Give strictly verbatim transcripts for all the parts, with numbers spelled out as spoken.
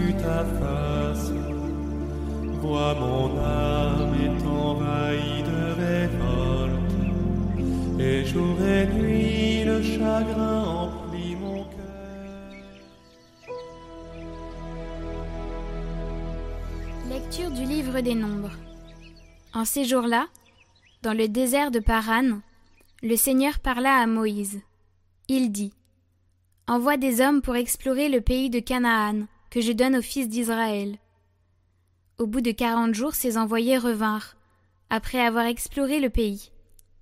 vu ta face. Vois mon âme est envahie de révolte, et jour et nuit le chagrin emplit mon cœur. Lecture du livre des Nombres. En ces jours-là, dans le désert de Paran, le Seigneur parla à Moïse. Il dit : Envoie des hommes pour explorer le pays de Canaan, que je donne aux fils d'Israël. Au bout de quarante jours, ces envoyés revinrent, après avoir exploré le pays.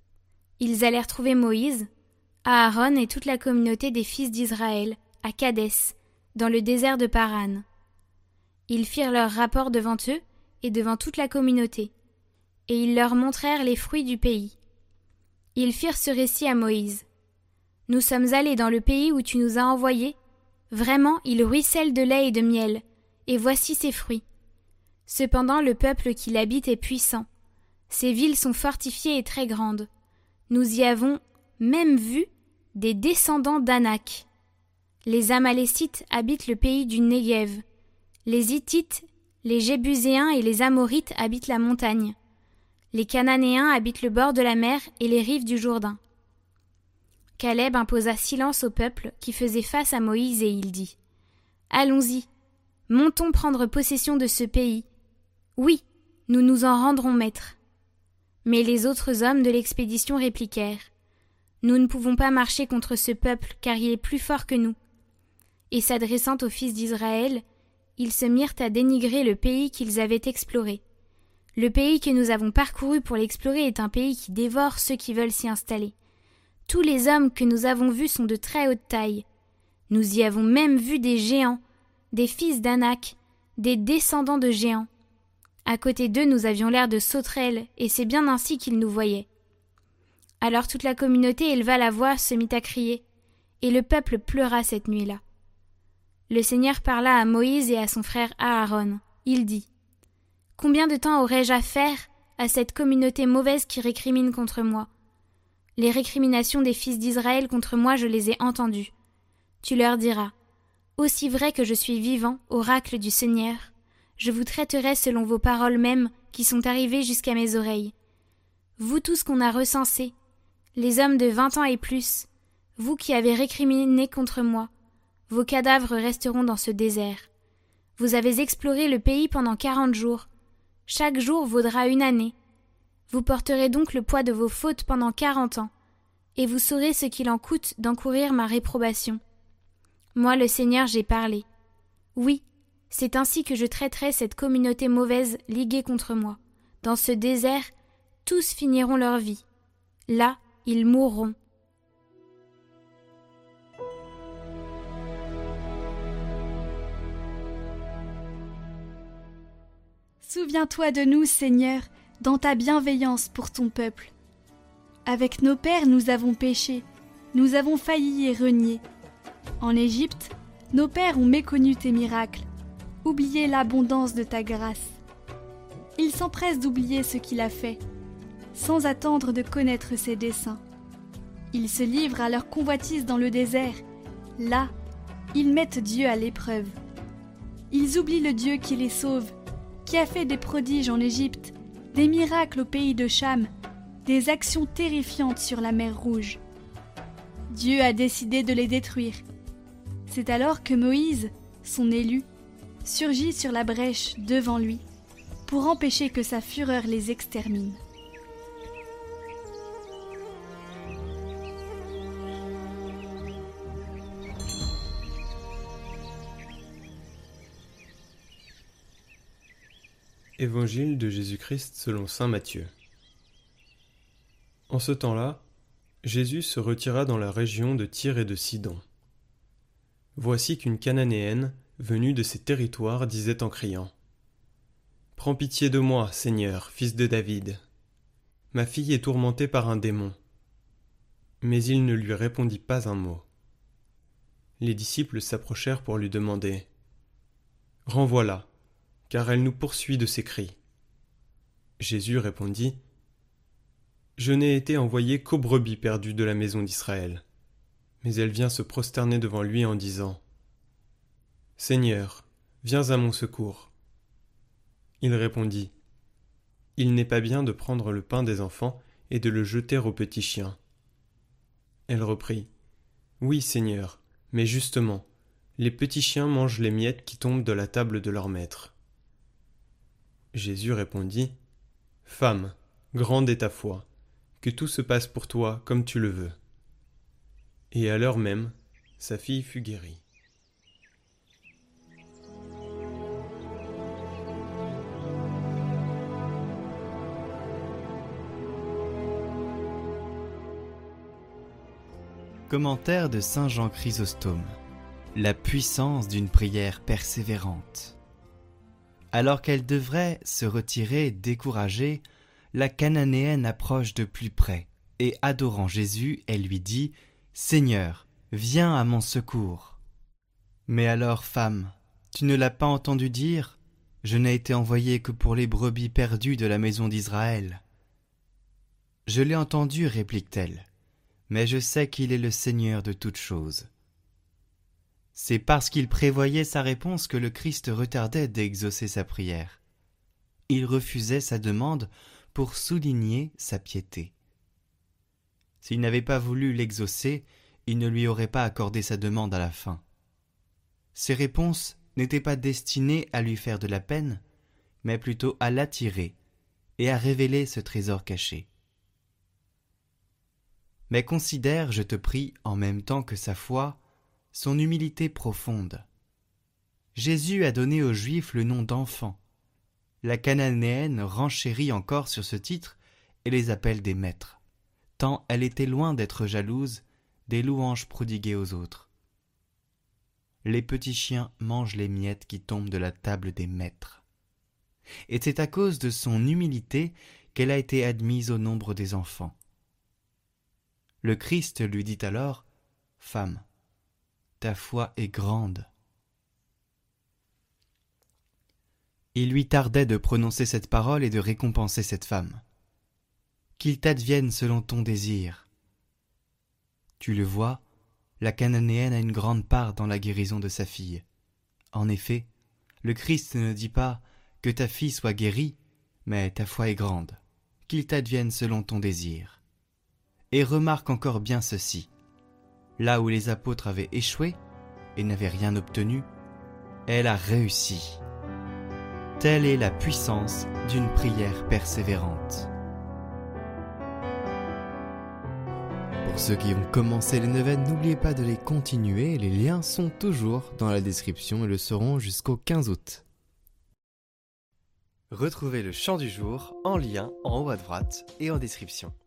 Ils allèrent trouver Moïse, Aaron et toute la communauté des fils d'Israël, à Kadès, dans le désert de Paran. Ils firent leur rapport devant eux et devant toute la communauté, et ils leur montrèrent les fruits du pays. Ils firent ce récit à Moïse. Nous sommes allés dans le pays où tu nous as envoyés. Vraiment, il ruisselle de lait et de miel, et voici ses fruits. Cependant, le peuple qui l'habite est puissant. Ses villes sont fortifiées et très grandes. Nous y avons même vu des descendants d'Anak. Les Amalécites habitent le pays du Néguev. Les Hittites, les Jébuséens et les Amorites habitent la montagne. Les Cananéens habitent le bord de la mer et les rives du Jourdain. Caleb imposa silence au peuple qui faisait face à Moïse et il dit : Allons-y, montons prendre possession de ce pays. Oui, nous nous en rendrons maîtres. Mais les autres hommes de l'expédition répliquèrent : Nous ne pouvons pas marcher contre ce peuple, car il est plus fort que nous. Et s'adressant aux fils d'Israël, ils se mirent à dénigrer le pays qu'ils avaient exploré. Le pays que nous avons parcouru pour l'explorer est un pays qui dévore ceux qui veulent s'y installer. Tous les hommes que nous avons vus sont de très haute taille. Nous y avons même vu des géants, des fils d'Anak, des descendants de géants. À côté d'eux, nous avions l'air de sauterelles, et c'est bien ainsi qu'ils nous voyaient. Alors toute la communauté éleva la voix, se mit à crier, et le peuple pleura cette nuit-là. Le Seigneur parla à Moïse et à son frère Aaron. Il dit : Combien de temps aurais-je à faire à cette communauté mauvaise qui récrimine contre moi ? Les récriminations des fils d'Israël contre moi, je les ai entendues. Tu leur diras : Aussi vrai que je suis vivant, oracle du Seigneur, je vous traiterai selon vos paroles mêmes qui sont arrivées jusqu'à mes oreilles. Vous tous qu'on a recensés, les hommes de vingt ans et plus, vous qui avez récriminé contre moi, vos cadavres resteront dans ce désert. Vous avez exploré le pays pendant quarante jours. Chaque jour vaudra une année. Vous porterez donc le poids de vos fautes pendant quarante ans, et vous saurez ce qu'il en coûte d'encourir ma réprobation. Moi, le Seigneur, j'ai parlé. Oui, c'est ainsi que je traiterai cette communauté mauvaise liguée contre moi. Dans ce désert, tous finiront leur vie. Là, ils mourront. Souviens-toi de nous, Seigneur, dans ta bienveillance pour ton peuple. Avec nos pères, nous avons péché, nous avons failli et renié. En Égypte, nos pères ont méconnu tes miracles, oublié l'abondance de ta grâce. Ils s'empressent d'oublier ce qu'il a fait, sans attendre de connaître ses desseins. Ils se livrent à leur convoitise dans le désert. Là, ils mettent Dieu à l'épreuve. Ils oublient le Dieu qui les sauve, qui a fait des prodiges en Égypte, des miracles au pays de Cham, des actions terrifiantes sur la mer Rouge. Dieu a décidé de les détruire. C'est alors que Moïse, son élu, surgit sur la brèche devant lui, pour empêcher que sa fureur les extermine. Évangile de Jésus-Christ selon saint Matthieu. En ce temps-là, Jésus se retira dans la région de Tyr et de Sidon. Voici qu'une Cananéenne, venue de ces territoires, disait en criant : « Prends pitié de moi, Seigneur, fils de David. Ma fille est tourmentée par un démon. » Mais il ne lui répondit pas un mot. Les disciples s'approchèrent pour lui demander : « Renvoie-la, car elle nous poursuit de ses cris. » Jésus répondit : « Je n'ai été envoyé qu'aux brebis perdues de la maison d'Israël. » Mais elle vient se prosterner devant lui en disant : « Seigneur, viens à mon secours. » Il répondit, « Il n'est pas bien de prendre le pain des enfants et de le jeter aux petits chiens. » Elle reprit, « Oui, Seigneur, mais justement, les petits chiens mangent les miettes qui tombent de la table de leur maître. » Jésus répondit, « Femme, grande est ta foi, que tout se passe pour toi comme tu le veux. » Et à l'heure même, sa fille fut guérie. Commentaire de saint Jean Chrysostome. La puissance d'une prière persévérante. Alors qu'elle devrait se retirer découragée, la Cananéenne approche de plus près, et adorant Jésus, elle lui dit « Seigneur, viens à mon secours. » Mais alors, femme, tu ne l'as pas entendu dire ? Je n'ai été envoyé que pour les brebis perdues de la maison d'Israël. Je l'ai entendu, réplique-t-elle, mais je sais qu'il est le Seigneur de toutes choses. C'est parce qu'il prévoyait sa réponse que le Christ retardait d'exaucer sa prière. Il refusait sa demande pour souligner sa piété. S'il n'avait pas voulu l'exaucer, il ne lui aurait pas accordé sa demande à la fin. Ses réponses n'étaient pas destinées à lui faire de la peine, mais plutôt à l'attirer et à révéler ce trésor caché. Mais considère, je te prie, en même temps que sa foi, son humilité profonde. Jésus a donné aux Juifs le nom d'enfants. La Cananéenne renchérit encore sur ce titre et les appelle des maîtres, tant elle était loin d'être jalouse des louanges prodiguées aux autres. Les petits chiens mangent les miettes qui tombent de la table des maîtres. Et c'est à cause de son humilité qu'elle a été admise au nombre des enfants. Le Christ lui dit alors, « Femme, ta foi est grande. » Il lui tardait de prononcer cette parole et de récompenser cette femme. « Qu'il t'advienne selon ton désir. » Tu le vois, la Cananéenne a une grande part dans la guérison de sa fille. En effet, le Christ ne dit pas « que ta fille soit guérie », mais « ta foi est grande, qu'il t'advienne selon ton désir. » Et remarque encore bien ceci, là où les apôtres avaient échoué et n'avaient rien obtenu, elle a réussi. Telle est la puissance d'une prière persévérante. Pour ceux qui ont commencé les neuvaines, n'oubliez pas de les continuer, les liens sont toujours dans la description et le seront jusqu'au quinze août. Retrouvez le chant du jour en lien en haut à droite et en description.